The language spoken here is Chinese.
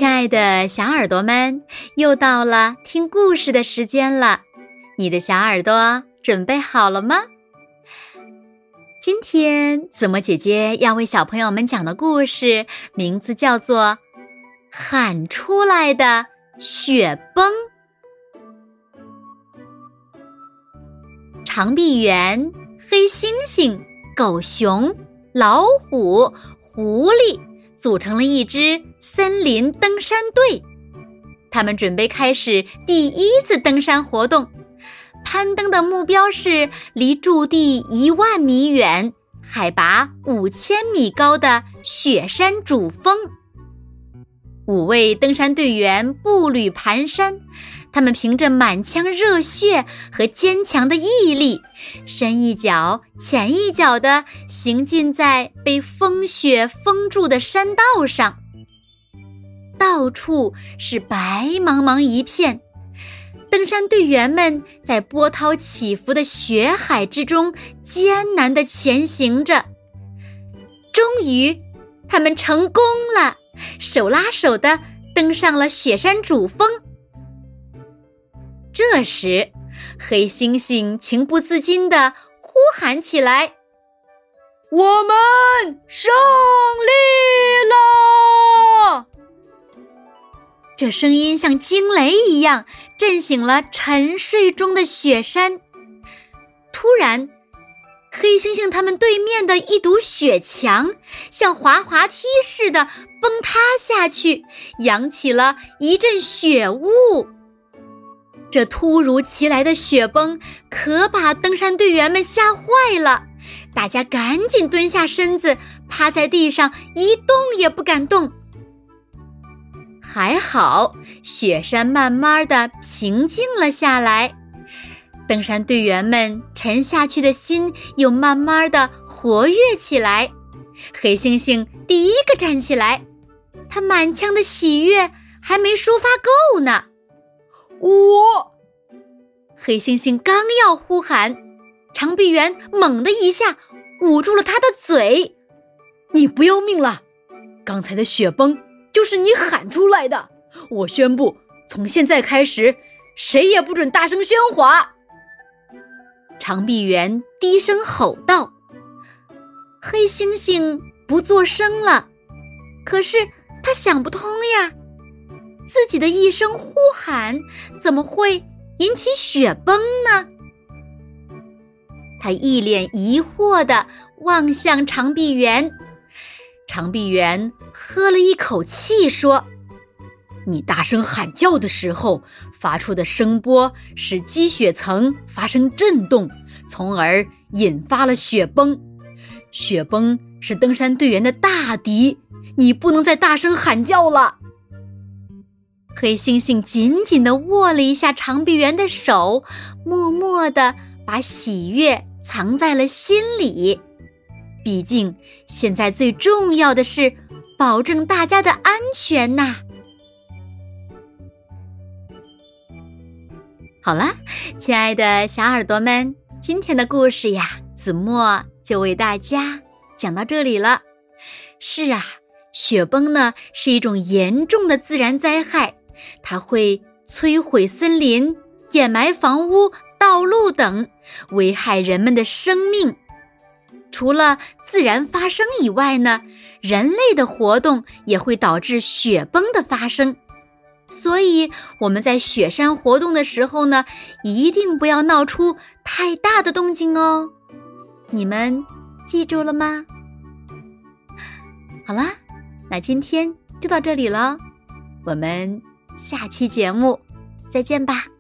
亲爱的小耳朵们，又到了听故事的时间了，你的小耳朵准备好了吗？今天子墨姐姐要为小朋友们讲的故事名字叫做喊出来的雪崩。长臂猿、黑猩猩、狗熊、老虎、狐狸组成了一支森林登山队，他们准备开始第一次登山活动。攀登的目标是离驻地10000米远、海拔5000米高的雪山主峰。5位登山队员步履蹒跚，他们凭着满腔热血和坚强的毅力，深一脚浅一脚地行进在被风雪封住的山道上。到处是白茫茫一片，登山队员们在波涛起伏的雪海之中艰难地前行着。终于，他们成功了，手拉手地登上了雪山主峰。这时，黑猩猩情不自禁地呼喊起来：“我们胜利了！”这声音像惊雷一样震醒了沉睡中的雪山。突然，黑猩猩他们对面的一堵雪墙像滑滑梯似的崩塌下去，扬起了一阵雪雾。这突如其来的雪崩可把登山队员们吓坏了，大家赶紧蹲下身子，趴在地上一动也不敢动。还好，雪山慢慢地平静了下来，登山队员们沉下去的心又慢慢地活跃起来。黑猩猩第一个站起来，他满腔的喜悦还没抒发够呢。黑猩猩刚要呼喊，长臂猿猛地一下捂住了他的嘴。 你不要命了！刚才的雪崩就是你喊出来的，我宣布，从现在开始，谁也不准大声喧哗！ 长臂猿低声吼道。黑猩猩不作声了，可是他想不通呀，自己的一声呼喊怎么会引起雪崩呢？他一脸疑惑地望向长臂猿。长臂猿喝了一口气说：“ 你大声喊叫的时候发出的声波使积雪层发生震动，从而引发了雪崩。雪崩是登山队员的大敌，你不能再大声喊叫了。” 黑猩猩紧紧地握了一下长臂猿的手，默默地把喜悦藏在了心里。毕竟现在最重要的是保证大家的安全呐。好了，亲爱的小耳朵们，今天的故事呀，子墨就为大家讲到这里了。是啊，雪崩呢是一种严重的自然灾害，它会摧毁森林、掩埋房屋、道路等，危害人们的生命。除了自然发生以外呢，人类的活动也会导致雪崩的发生。所以我们在雪山活动的时候呢，一定不要闹出太大的动静哦。你们记住了吗？好啦，那今天就到这里了，我们下期节目再见吧。